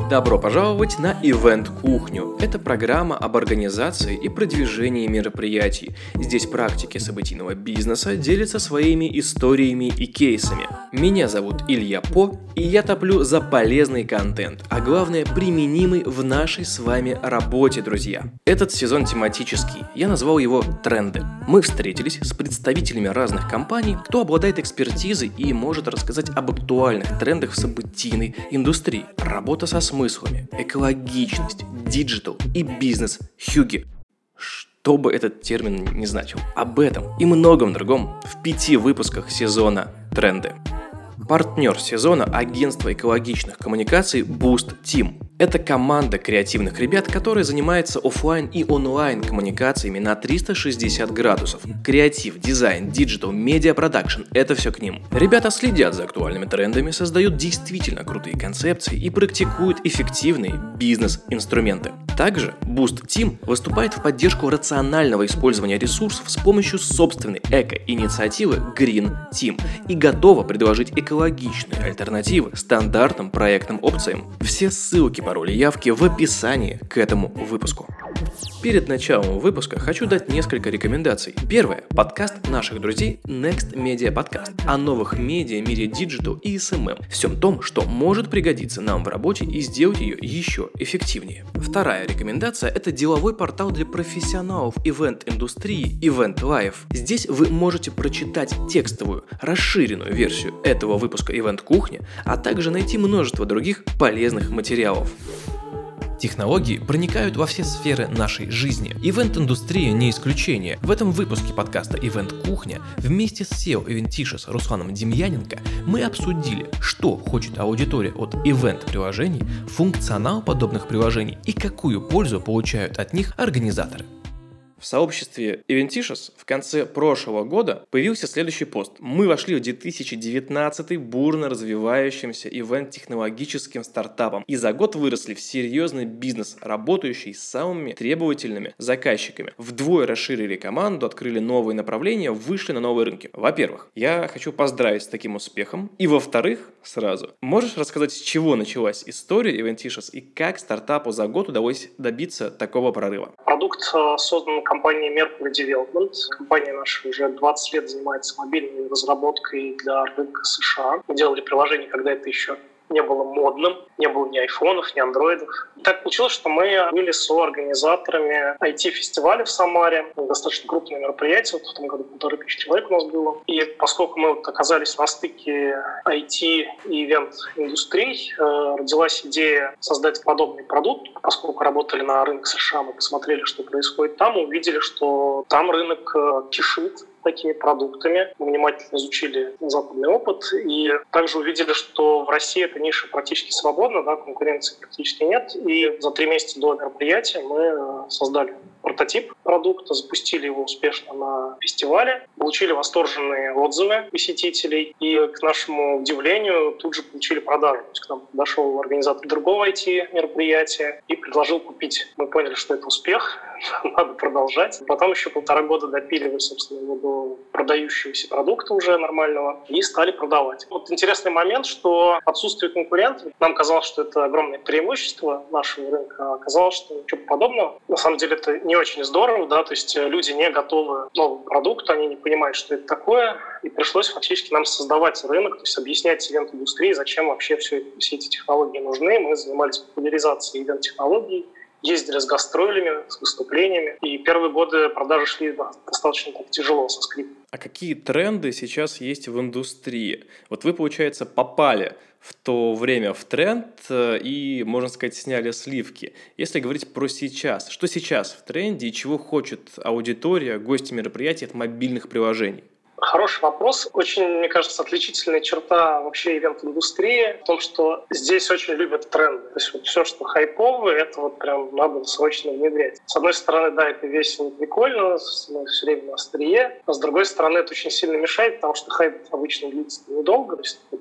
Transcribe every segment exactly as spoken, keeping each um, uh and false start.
Добро пожаловать на Ивент-кухню. Это программа об организации и продвижении мероприятий. Здесь практики событийного бизнеса делятся своими историями и кейсами. Меня зовут Илья По, и я топлю за полезный контент, а главное применимый в нашей с вами работе, друзья. Этот сезон тематический, я назвал его «Тренды». Мы встретились с представителями разных компаний, кто обладает экспертизой и может рассказать об актуальных трендах в событийной индустрии. Работа со смыслами, экологичность, диджитал и бизнес-хюги. Что бы этот термин ни значил. Об этом и многом другом в пяти выпусках сезона «Тренды». Партнер сезона – агентство экологичных коммуникаций Boost Team. Это команда креативных ребят, которые занимаются офлайн и онлайн коммуникациями на триста шестьдесят градусов. Креатив, дизайн, диджитал, медиапродакшн – это все к ним. Ребята следят за актуальными трендами, создают действительно крутые концепции и практикуют эффективные бизнес-инструменты. Также Boost Team выступает в поддержку рационального использования ресурсов с помощью собственной эко-инициативы Green Team и готова предложить экологичные альтернативы стандартным проектным опциям. Все ссылки, пароли, явки в описании к этому выпуску. Перед началом выпуска хочу дать несколько рекомендаций. Первое – подкаст наших друзей Next Media Podcast о новых медиа, мире диджитал и эс эм эм. Всем том, что может пригодиться нам в работе и сделать ее еще эффективнее. Вторая рекомендация – это деловой портал для профессионалов ивент-индустрии Event Life. Здесь вы можете прочитать текстовую, расширенную версию этого выпуска Ивент-кухни, а также найти множество других полезных материалов. Технологии проникают во все сферы нашей жизни. Ивент-индустрия не исключение. В этом выпуске подкаста «Ивент-кухня» вместе с си и о Eventishus Русланом Демьяненко мы обсудили, что хочет аудитория от ивент-приложений, функционал подобных приложений и какую пользу получают от них организаторы. В сообществе Eventishus в конце прошлого года появился следующий пост. Мы вошли в две тысячи девятнадцатый бурно развивающимся ивент-технологическим стартапом и за год выросли в серьезный бизнес, работающий с самыми требовательными заказчиками. Вдвое расширили команду, открыли новые направления, вышли на новые рынки. Во-первых, я хочу поздравить с таким успехом. И во-вторых, сразу, можешь рассказать, с чего началась история Eventishus и как стартапу за год удалось добиться такого прорыва? Продукт создан компанией Mercury Development. Компания наша уже двадцать лет занимается мобильной разработкой для рынка США. Мы делали приложение, когда это еще не было модным, не было ни айфонов, ни андроидов. И так получилось, что мы были соорганизаторами ай ти-фестиваля в Самаре. Достаточно крупное мероприятие, вот в том году полторы тысячи человек у нас было. И поскольку мы вот оказались на стыке ай ти и ивент-индустрий, э, родилась идея создать подобный продукт. Поскольку работали на рынке США, мы посмотрели, что происходит там, и увидели, что там рынок э, кишит такими продуктами. Мы внимательно изучили западный опыт и также увидели, что в России эта ниша практически свободна, да, конкуренции практически нет. И за три месяца до мероприятия мы создали прототип продукта, запустили его успешно на фестивале, получили восторженные отзывы посетителей и, к нашему удивлению, тут же получили продажу. То есть к нам подошел организатор другого ай ти-мероприятия и предложил купить. Мы поняли, что это успех, надо продолжать. Потом еще полтора года допиливали, собственно, его до продающегося продукта уже нормального и стали продавать. Вот интересный момент, что отсутствие конкурентов, нам казалось, что это огромное преимущество нашего рынка, а оказалось, что ничего подобного. На самом деле это не очень здорово, да, то есть люди не готовы к новому продукту, они не понимают, что это такое, и пришлось фактически нам создавать рынок, то есть объяснять ивент-индустрии, зачем вообще все, все эти технологии нужны. Мы занимались популяризацией ивент-технологий, ездили с гастролями, с выступлениями, и первые годы продажи шли достаточно так тяжело, со скрипом. А какие тренды сейчас есть в индустрии? Вот вы, получается, попали в то время в тренд и, можно сказать, сняли сливки. Если говорить про сейчас, что сейчас в тренде и чего хочет аудитория, гости мероприятий от мобильных приложений? Хороший вопрос. Очень, мне кажется, отличительная черта вообще ивент-индустрии в том, что здесь очень любят тренды. То есть вот все, что хайповое, это вот прям надо срочно внедрять. С одной стороны, да, это весело и прикольно, мы все время на острие, а с другой стороны, это очень сильно мешает, потому что хайп обычно длится недолго, то есть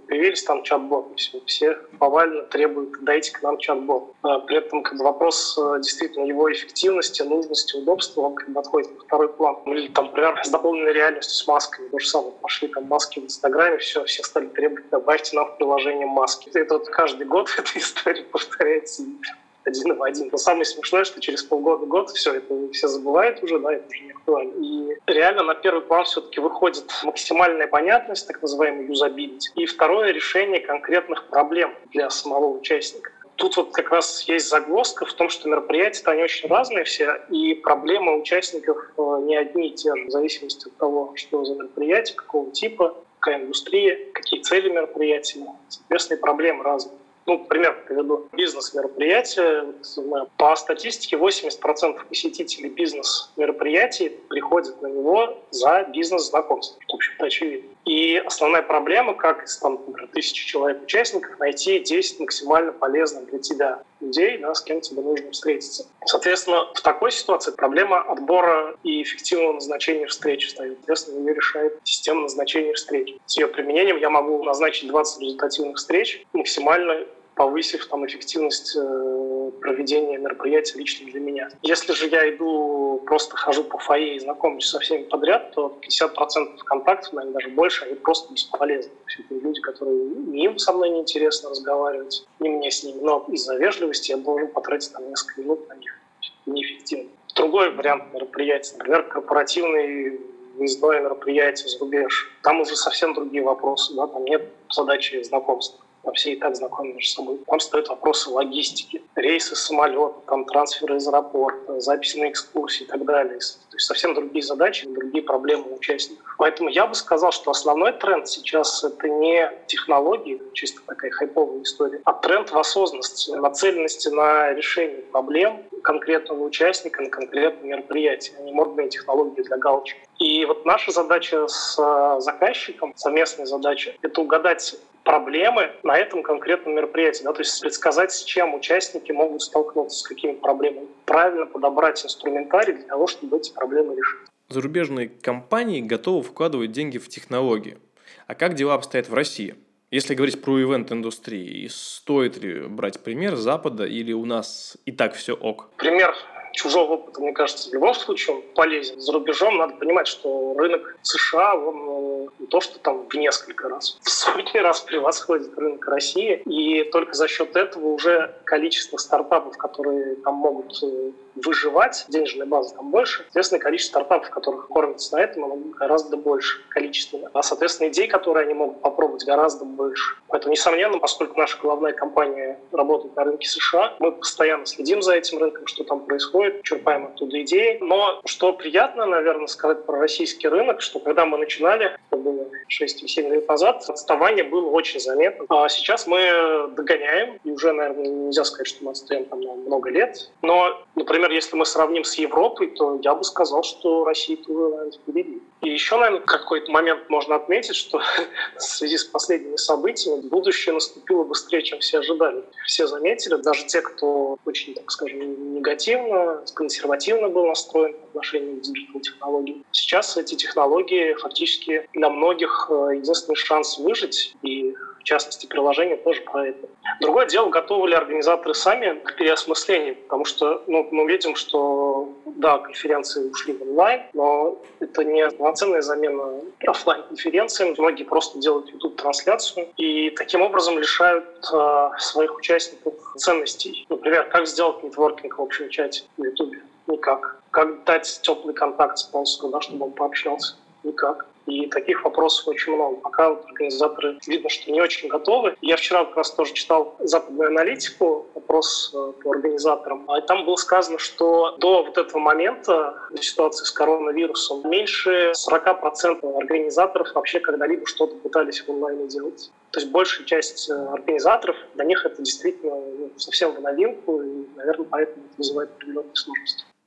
появились там чат-боты. Все, все повально требуют, дайте к нам чат-бот. При этом как бы, вопрос действительно его эффективности, нужности, удобства, он как бы отходит на второй план. Или там, например, с дополненной реальностью, с масками. То же самое. Пошли там маски в Инстаграме, все, все стали требовать, добавьте нам в приложение маски. Это вот каждый год эта история повторяется один в один. Но самое смешное, что через полгода-год все это все забывают уже, да, это уже не актуально. И реально на первый план все-таки выходит максимальная понятность, так называемый юзабилити, и второе — решение конкретных проблем для самого участника. Тут вот как раз есть загвоздка в том, что мероприятия-то они очень разные все, и проблемы участников не одни и те же, в зависимости от того, что за мероприятие, какого типа, какая индустрия, какие цели мероприятия. Соответственно, и проблемы разные. Ну, пример приведу. Бизнес-мероприятие. По статистике восемьдесят процентов посетителей бизнес-мероприятий приходят на него за бизнес-знакомство. В общем-то, очевидно. И основная проблема, как из там, например, тысячи человек участников, найти десять максимально полезных для тебя людей, да, с кем тебе нужно встретиться. Соответственно, в такой ситуации проблема отбора и эффективного назначения встреч встает. Соответственно, ее решает система назначения встреч. С ее применением я могу назначить двадцать результативных встреч, максимально повысив там эффективность э, проведения мероприятия лично для меня. Если же я иду, просто хожу по фойе и знакомлюсь со всеми подряд, то пятьдесят процентов контактов, наверное, даже больше, они просто бесполезны. Все это люди, которые ни им со мной неинтересно разговаривать, ни мне с ними, но из-за вежливости я должен потратить там несколько минут на них. Это неэффективно. Другой вариант мероприятия, например, корпоративный выездное мероприятие за рубеж. Там уже совсем другие вопросы, да? Там нет задачи знакомства. Там все и так знакомы между собой. Там стоят вопросы логистики, рейсы самолета, там трансферы из аэропорта, записи на экскурсии и так далее. То есть совсем другие задачи, другие проблемы участников. Поэтому я бы сказал, что основной тренд сейчас — это не технологии, чисто такая хайповая история, а тренд в осознанности, нацеленности на решение проблем конкретного участника на конкретное мероприятие, а не модные технологии для галочек. И вот наша задача с заказчиком, совместная задача, это угадать проблемы на этом конкретном мероприятии, да, то есть предсказать, с чем участники могут столкнуться, с какими проблемами. Правильно подобрать инструментарий для того, чтобы эти проблемы решить. Зарубежные компании готовы вкладывать деньги в технологии. А как дела обстоят в России? Если говорить про ивент-индустрии, стоит ли брать пример Запада или у нас и так все ок? Пример чужого опыта, мне кажется, в любом случае он полезен. За рубежом надо понимать, что рынок США, он не то, что там в несколько раз, в сотни раз превосходит рынок России. И только за счет этого уже количество стартапов, которые там могут выживать, денежная база там больше, соответственно, количество стартапов, которых кормятся на этом, оно гораздо больше количественно. А, соответственно, идей, которые они могут попробовать, гораздо больше. Поэтому, несомненно, поскольку наша главная компания работает на рынке США, мы постоянно следим за этим рынком, что там происходит, черпаем оттуда идеи. Но что приятно, наверное, сказать про российский рынок, что когда мы начинали, это было шесть-семь лет назад, отставание было очень заметно. А сейчас мы догоняем, и уже, наверное, нельзя сказать, что мы отстаем там на много лет. Но, например, если мы сравним с Европой, то я бы сказал, что Россия тут, наверное, впереди. И еще, наверное, в какой-то момент можно отметить, что в связи с последними событиями будущее наступило быстрее, чем все ожидали. Все заметили, даже те, кто очень, так скажем, негативно, консервативно был настроен по отношению к диджитал-технологиям. Сейчас эти технологии фактически для многих единственный шанс выжить, и в частности, приложение тоже про это. Другое дело, готовы ли организаторы сами к переосмыслению, потому что ну, мы видим, что да, конференции ушли в онлайн, но это не полноценная замена офлайн-конференциям. Многие просто делают YouTube-трансляцию и таким образом лишают э, своих участников ценностей. Например, как сделать нетворкинг в общем чате в YouTube? Никак. Как дать теплый контакт спонсору, да, чтобы он пообщался? Никак. И таких вопросов очень много. Пока вот организаторы видно, что не очень готовы. Я вчера как раз тоже читал западную аналитику, вопрос по организаторам. И там было сказано, что до вот этого момента, до ситуации с коронавирусом, меньше сорок процентов организаторов вообще когда-либо что-то пытались в онлайне делать. То есть большая часть организаторов, для них это действительно ну, совсем в новинку, и, наверное, поэтому это вызывает определенные сложности.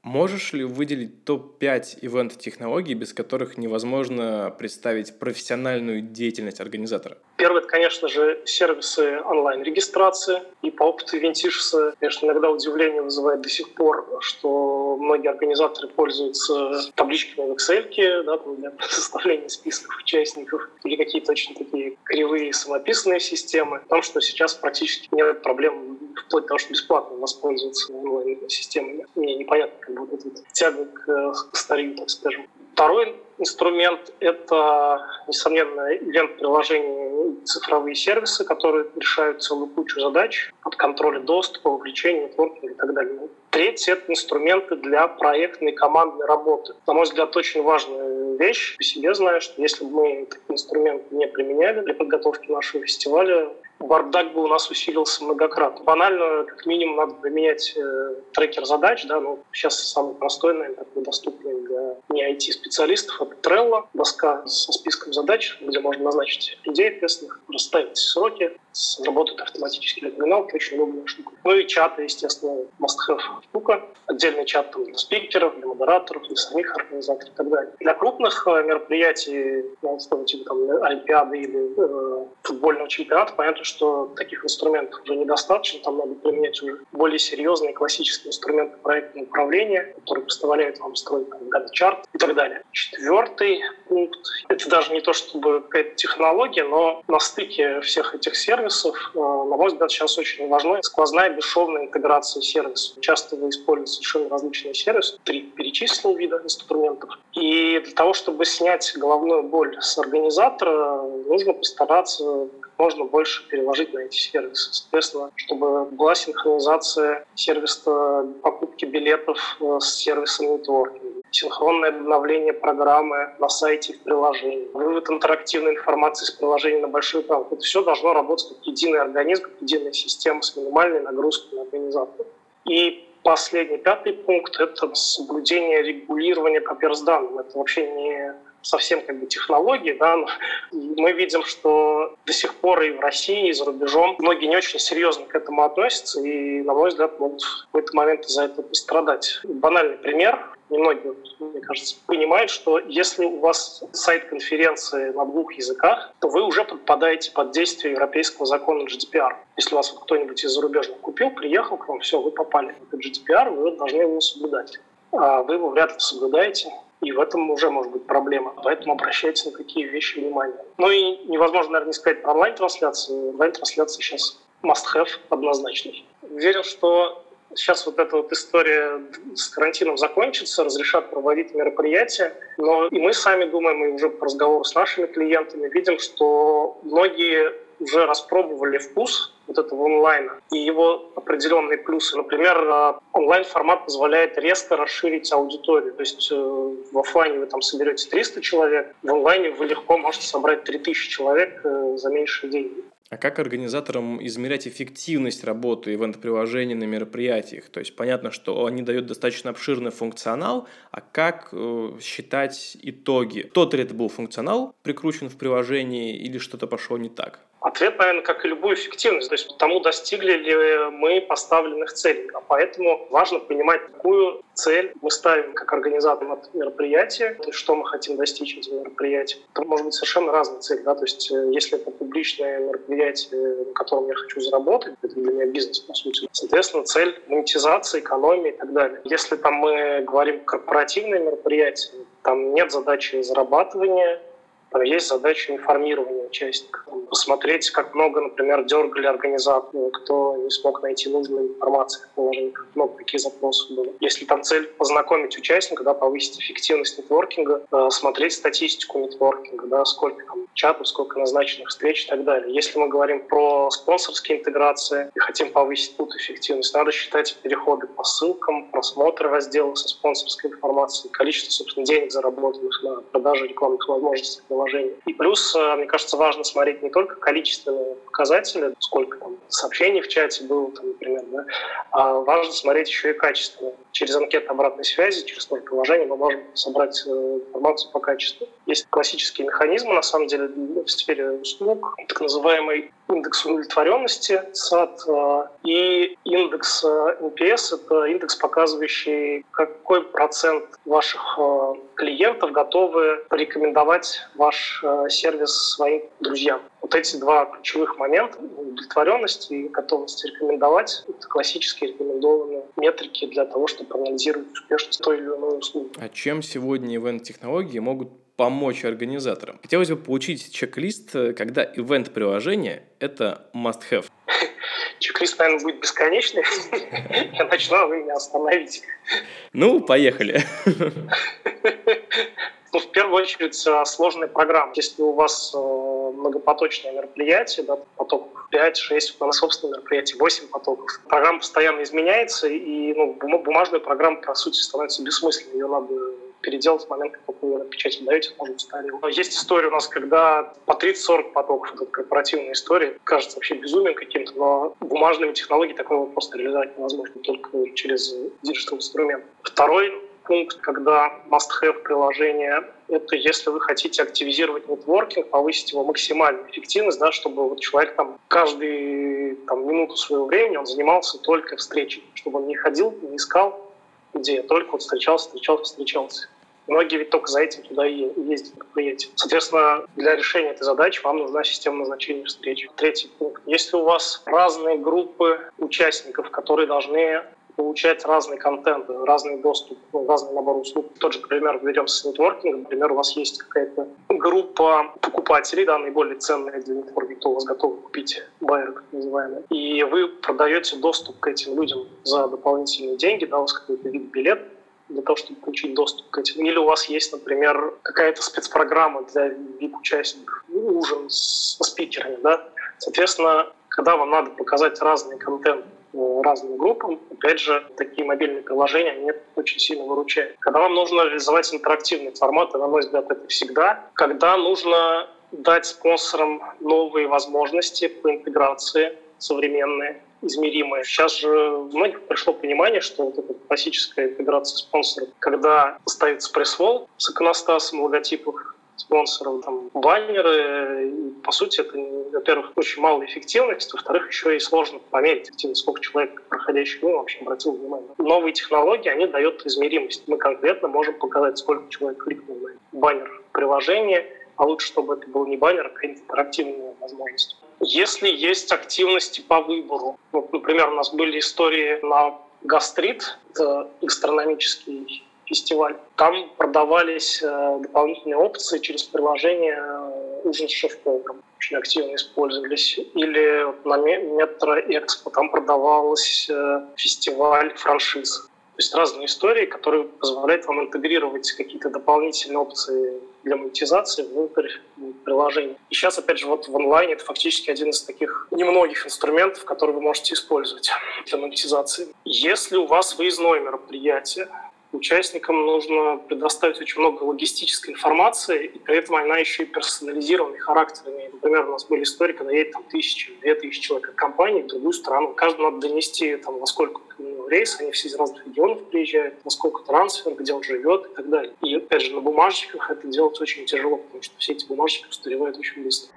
Можешь ли выделить топ пять ивент-технологий, без которых невозможно представить профессиональную деятельность организатора? Первое, это, конечно же, сервисы онлайн-регистрации. И по опыту Eventishs, конечно, иногда удивление вызывает до сих пор, что многие организаторы пользуются табличками в Excel, да, там, для составления списков участников, или какие-то очень такие кривые самописные системы. Потому что сейчас практически нет проблем вплоть до того, что бесплатно воспользоваться онлайн-системами. Мне непонятно, как бы вот эта тяга к старью, так скажем. Второй инструмент — это, несомненно, ивент-приложения и цифровые сервисы, которые решают целую кучу задач от контроля доступа, вовлечения, нетворкинга и так далее. Третий — это инструменты для проектной и командной работы. На мой взгляд, очень важная вещь. По себе знаю, что если бы мы такие инструменты не применяли для подготовки нашего фестиваля, бардак бы у нас усилился многократно. Банально, как минимум, надо применять э, трекер задач. Да? Ну, сейчас самый простой, наверное, такой доступный для не ай ти-специалистов — это Trello, доска со списком задач, где можно назначить людей ответственных, расставить сроки, сработает автоматически напоминалки, очень удобная штука. Ну и чаты, естественно, must-have штука. Отдельный чат там для спикеров, для модераторов, для самих организаторов и так далее. Для крупных э, мероприятий, ну, что типа там Олимпиады или э, футбольного чемпионата, понятно, что таких инструментов уже недостаточно. Там надо применять уже более серьезные классические инструменты проектного управления, которые позволяют вам строить Gantt-чарт и так далее. Четвертый пункт — это даже не то чтобы какая-то технология, но на стыке всех этих сервисов, э, на мой взгляд, сейчас очень важна сквозная бесшовная интеграция сервисов. Часто вы используете совершенно различные сервисы, три перечислил вида инструментов. И для того, чтобы снять головную боль с организатора, нужно постараться как можно больше переложить на эти сервисы. Соответственно, чтобы была синхронизация сервиса покупки билетов с сервисом нетворкинга, синхронное обновление программы на сайте и в приложении, вывод интерактивной информации с приложения на большой экран. Это все должно работать как единый организм, как единая система с минимальной нагрузкой на организатора. И последний, пятый пункт — это соблюдение регулирования по перс-данным. Это вообще не совсем как бы технологии, да, но мы видим, что до сих пор и в России, и за рубежом многие не очень серьезно к этому относятся и, на мой взгляд, могут в какой-то момент из-за этого пострадать. Банальный пример. Немногие, мне кажется, понимают, что если у вас сайт конференции на двух языках, то вы уже подпадаете под действие европейского закона джи ди пи ар. Если вас вот кто-нибудь из зарубежных купил, приехал к вам, все, вы попали в джи ди пи ар, вы должны его соблюдать. А вы его вряд ли соблюдаете. И в этом уже может быть проблема. Поэтому обращайте на такие вещи внимание. Ну и невозможно, наверное, не сказать про онлайн-трансляции. Онлайн-трансляции сейчас must-have однозначный. Уверен, что сейчас вот эта вот история с карантином закончится, разрешат проводить мероприятия. Но и мы сами думаем, и уже по разговору с нашими клиентами видим, что многие уже распробовали вкус вот этого онлайна и его определенные плюсы. Например, онлайн-формат позволяет резко расширить аудиторию. То есть в офлайне вы там соберете триста человек, в онлайне вы легко можете собрать три тысячи человек за меньшие деньги. А как организаторам измерять эффективность работы ивент-приложений на мероприятиях? То есть понятно, что они дают достаточно обширный функционал, а как э, считать итоги? Тот ли это был функционал прикручен в приложении или что-то пошло не так? Ответ, наверное, как и любую эффективность. То есть тому, достигли ли мы поставленных целей. А поэтому важно понимать, какую цель мы ставим как организатор мероприятия, то есть что мы хотим достичь этим мероприятием. Это может быть совершенно разные цели. Да? То есть если это публичное мероприятие, на котором я хочу заработать, это для меня бизнес, по сути. Соответственно, цель монетизации, экономии и так далее. Если там мы говорим корпоративное мероприятие, там нет задачи зарабатывания, там есть задача информирования участников. Посмотреть, как много, например, дергали организаторы, кто не смог найти нужную информацию в приложении, как много таких запросов было. Если там цель познакомить участника, да, повысить эффективность нетворкинга, э, смотреть статистику нетворкинга, да, сколько там чатов, сколько назначенных встреч и так далее. Если мы говорим про спонсорские интеграции и хотим повысить тут эффективность, надо считать переходы по ссылкам, просмотры разделов со спонсорской информацией, количество, собственно, денег, заработанных на продаже рекламных возможностей приложения. И плюс, мне кажется, важно смотреть не только количественные показатели, сколько там сообщений в чате было, там, например, да, а важно смотреть еще и качественно. Через анкеты обратной связи, через то приложение мы можем собрать информацию по качеству. Есть классические механизмы, на самом деле, в сфере услуг, так называемый индекс удовлетворенности, сад, и индекс эн пи эс — это индекс, показывающий, какой процент ваших клиентов готовы порекомендовать ваш сервис своим друзьям. Вот эти два ключевых момента — удовлетворенность и готовность рекомендовать — это классические рекомендованные метрики для того, чтобы проанализировать успешность той или иной услуги. А чем сегодня ивент-технологии могут помочь организаторам? Хотелось бы получить чек-лист, когда ивент-приложение — это must-have. Чек-лист, наверное, будет бесконечный. Я начну, а вы меня остановите. Ну, поехали. Ну, в первую очередь, сложная программа. Если у вас многопоточное мероприятие, да, поток пять, шесть, на собственном мероприятии восемь потоков, программа постоянно изменяется, и ну, бумажная программа, по сути, становится бессмысленной. Ее надо переделать в момент, как вы ее на печать отдаете, может, устарел. Есть история у нас, когда по тридцать-сорок потоков, это корпоративная история, кажется вообще безумием каким-то, но бумажными технологиями такого просто реализовать невозможно, только через диджитал инструмент. Второй пункт, когда must-have приложение, это если вы хотите активизировать нетворкинг, повысить его максимальную эффективность, да, чтобы вот человек там каждую там, минуту своего времени он занимался только встречей, чтобы он не ходил, не искал идеи, только вот встречался, встречался, встречался. Многие ведь только за этим туда и ездят на предприятие. Соответственно, для решения этой задачи вам нужна система назначения встреч. Третий пункт. Если у вас разные группы участников, которые должны получать разный контент, разный доступ, ну, разный набор услуг. Тот же пример берем с нетворкингом. Например, у вас есть какая-то группа покупателей, да, наиболее ценная для нетворкинга, кто у вас готов купить, байер, так называемый. И вы продаете доступ к этим людям за дополнительные деньги, да, у вас какой-то вид билет для того, чтобы получить доступ к этим. Или у вас есть, например, какая-то спецпрограмма для ви ай пи-участников, ну, ужин со спикерами, да. Соответственно, когда вам надо показать разный контент разным группам, опять же, такие мобильные приложения, они очень сильно выручают. Когда вам нужно реализовать интерактивный формат, и, на мой взгляд, это всегда, когда нужно дать спонсорам новые возможности по интеграции современные, измеримые. Сейчас же у многих пришло понимание, что вот эта классическая интеграция спонсоров, когда ставится пресс-волл с иконостасом, логотипов спонсоров, там, баннеры, и, по сути, это, во-первых, очень мало эффективности, во-вторых, еще и сложно померить, сколько человек, проходящих мимо, вообще обратил внимание. Новые технологии, они дают измеримость. Мы конкретно можем показать, сколько человек кликнул на баннер приложения, а лучше, чтобы это был не баннер, а какая-нибудь интерактивная возможность. Если есть активности по выбору, вот, например, у нас были истории на Гастрит, это гастрономический фестиваль. Там продавались э, дополнительные опции через приложение э, «Ужин с шеф-поваром». Очень активно использовались. Или вот, на Метро Экспо там продавался э, фестиваль франшиз. То есть разные истории, которые позволяют вам интегрировать какие-то дополнительные опции для монетизации внутрь приложения. И сейчас, опять же, вот в онлайне это фактически один из таких немногих инструментов, которые вы можете использовать для монетизации. Если у вас выездное мероприятие, участникам нужно предоставить очень много логистической информации, и при этом она еще и персонализированный характер имеет. Например, у нас были истории, когда едет там тысячи, две тысячи человек от компании в другую страну. Каждому надо донести, там, во сколько рейс, они все из разных регионов приезжают, во сколько трансфер, где он живет и так далее. И, опять же, на бумажечках это делать очень тяжело, потому что все эти бумажечки устаревают очень быстро.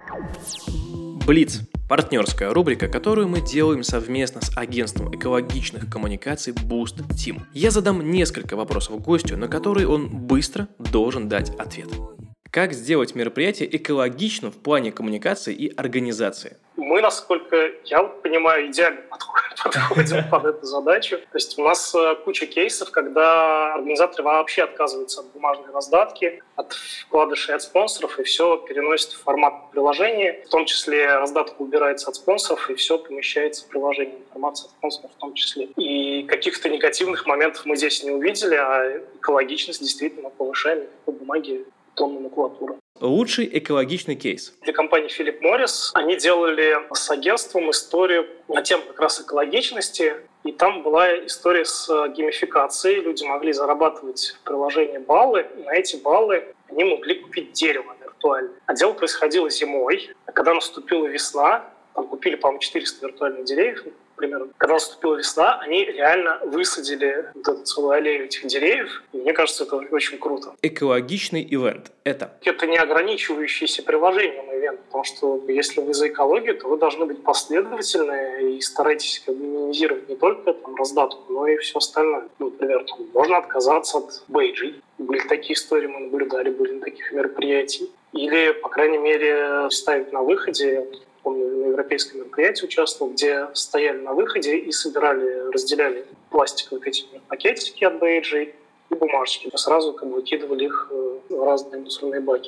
Блиц – партнерская рубрика, которую мы делаем совместно с агентством экологичных коммуникаций Boost Team. Я задам несколько вопросов гостю, на которые он быстро должен дать ответ. Как сделать мероприятие экологичным в плане коммуникации и организации? Мы, насколько я понимаю, идеально подходим под эту задачу. То есть у нас куча кейсов, когда организаторы вообще отказываются от бумажной раздатки, от вкладышей от спонсоров, и все переносит в формат приложения. В том числе раздатка убирается от спонсоров, и все помещается в приложение. Информация от спонсоров в том числе. И каких-то негативных моментов мы здесь не увидели, а экологичность действительно повышаем по бумаге тонны макулатуры. Лучший экологичный кейс. Для компании Philip Morris они делали с агентством историю на тему как раз экологичности. И там была история с геймификацией. Люди могли зарабатывать в приложении баллы. И на эти баллы они могли купить дерево виртуально. А дело происходило зимой. А когда наступила весна, там купили, по-моему, четыреста виртуальных деревьев, например, когда наступила весна, они реально высадили вот эту целую аллею этих деревьев, и мне кажется, это очень круто. Экологичный ивент – это? Это не ограничивающийся приложением ивент, потому что если вы за экологию, то вы должны быть последовательны и старайтесь как бы минимизировать не только там, раздатку, но и все остальное. Ну, например, там, можно отказаться от бейджей. Были такие истории, мы наблюдали, были таких мероприятий. Или, по крайней мере, ставить на выходе. Помню, на европейском мероприятии участвовал, где стояли на выходе и собирали, разделяли пластиковые вот эти пакетики от бейджей и бумажки. И сразу как бы выкидывали их в разные мусорные баки.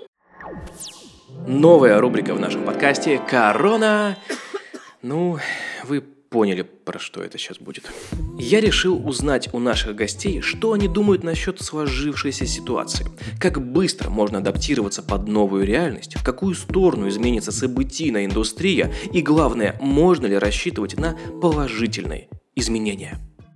Новая рубрика в нашем подкасте «Корона». Ну, вы поняли, про что это сейчас будет. Я решил узнать у наших гостей, что они думают насчет сложившейся ситуации. Как быстро можно адаптироваться под новую реальность, в какую сторону изменится событийная индустрия и, главное, можно ли рассчитывать на положительные изменения.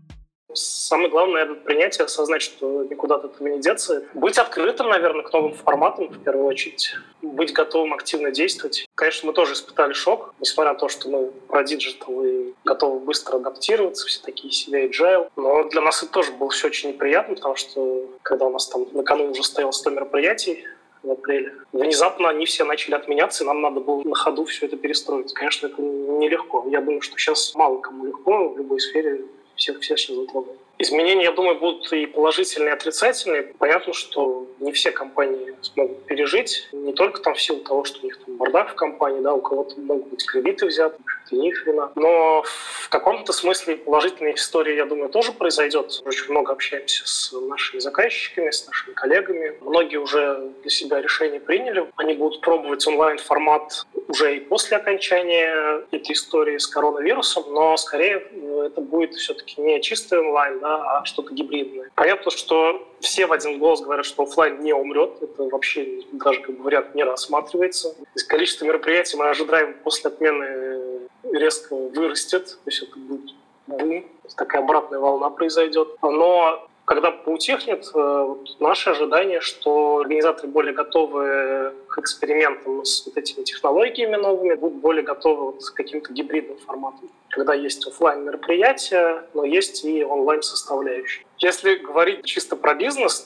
Самое главное, это принятие, осознать, что никуда от этого не деться. Быть открытым, наверное, к новым форматам, в первую очередь. Быть готовым активно действовать. Конечно, мы тоже испытали шок, несмотря на то, что мы про диджитал и готовы быстро адаптироваться, все такие себя agile. Но для нас это тоже было все очень неприятно, потому что когда у нас там на кону уже стояло сто мероприятий в апреле, внезапно они все начали отменяться, и нам надо было на ходу все это перестроить. Конечно, это нелегко. Я думаю, что сейчас мало кому легко в любой сфере. Всех, всех сейчас затронули. Изменения, я думаю, будут и положительные, и отрицательные. Понятно, что не все компании смогут пережить, не только там в силу того, что у них там бардак в компании, да, у кого-то могут быть кредиты взяты, это не их вина. Но в каком-то смысле положительная история, я думаю, тоже произойдет. Мы очень много общаемся с нашими заказчиками, с нашими коллегами. Многие уже для себя решения приняли. Они будут пробовать онлайн-формат уже и после окончания этой истории с коронавирусом, но скорее это будет все-таки не чистый онлайн, да, а что-то гибридное. Понятно, что все в один голос говорят, что офлайн не умрет. Это вообще даже как бы вариант не рассматривается. То есть количество мероприятий мы ожидаем после отмены резко вырастет. То есть это будет бум, такая обратная волна произойдет. Но когда поутихнет, вот наше ожидание, что организаторы более готовы к экспериментам с вот этими технологиями новыми, будут более готовы вот к каким-то гибридным форматам, когда есть офлайн мероприятия, но есть и онлайн-составляющая. Если говорить чисто про бизнес,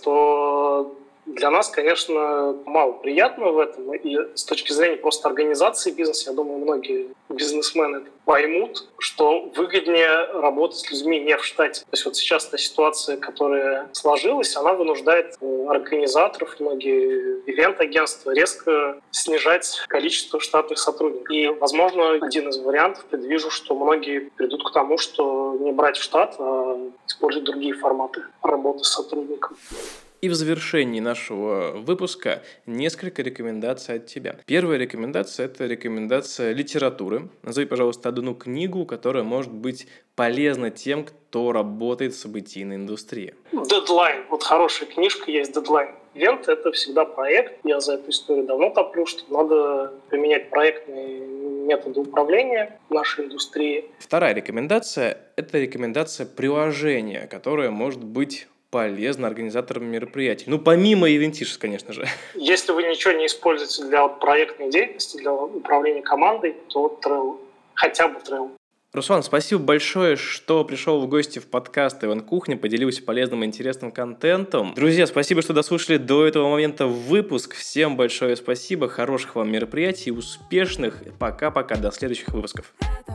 то для нас, конечно, мало приятного в этом. И с точки зрения просто организации бизнеса, я думаю, многие бизнесмены поймут, что выгоднее работать с людьми не в штате. То есть вот сейчас та ситуация, которая сложилась, она вынуждает организаторов, многие ивент-агентства резко снижать количество штатных сотрудников. И, возможно, один из вариантов, предвижу, что многие придут к тому, что не брать в штат, а использовать другие форматы работы с сотрудником. И в завершении нашего выпуска несколько рекомендаций от тебя. Первая рекомендация – это рекомендация литературы. Назови, пожалуйста, одну книгу, которая может быть полезна тем, кто работает в событийной индустрии. «Дедлайн». Вот хорошая книжка есть «Дедлайн». Ивент – это всегда проект. Я за эту историю давно топлю, что надо применять проектные методы управления в нашей индустрии. Вторая рекомендация – это рекомендация приложения, которое может быть полезно организаторам мероприятий. Ну, помимо Eventishers, конечно же. Если вы ничего не используете для проектной деятельности, для управления командой, то Trello. Хотя бы Trello. Руслан, спасибо большое, что пришел в гости в подкаст «Ивент-кухня», поделился полезным и интересным контентом. Друзья, спасибо, что дослушали до этого момента выпуск. Всем большое спасибо, хороших вам мероприятий, успешных. Пока-пока, до следующих выпусков.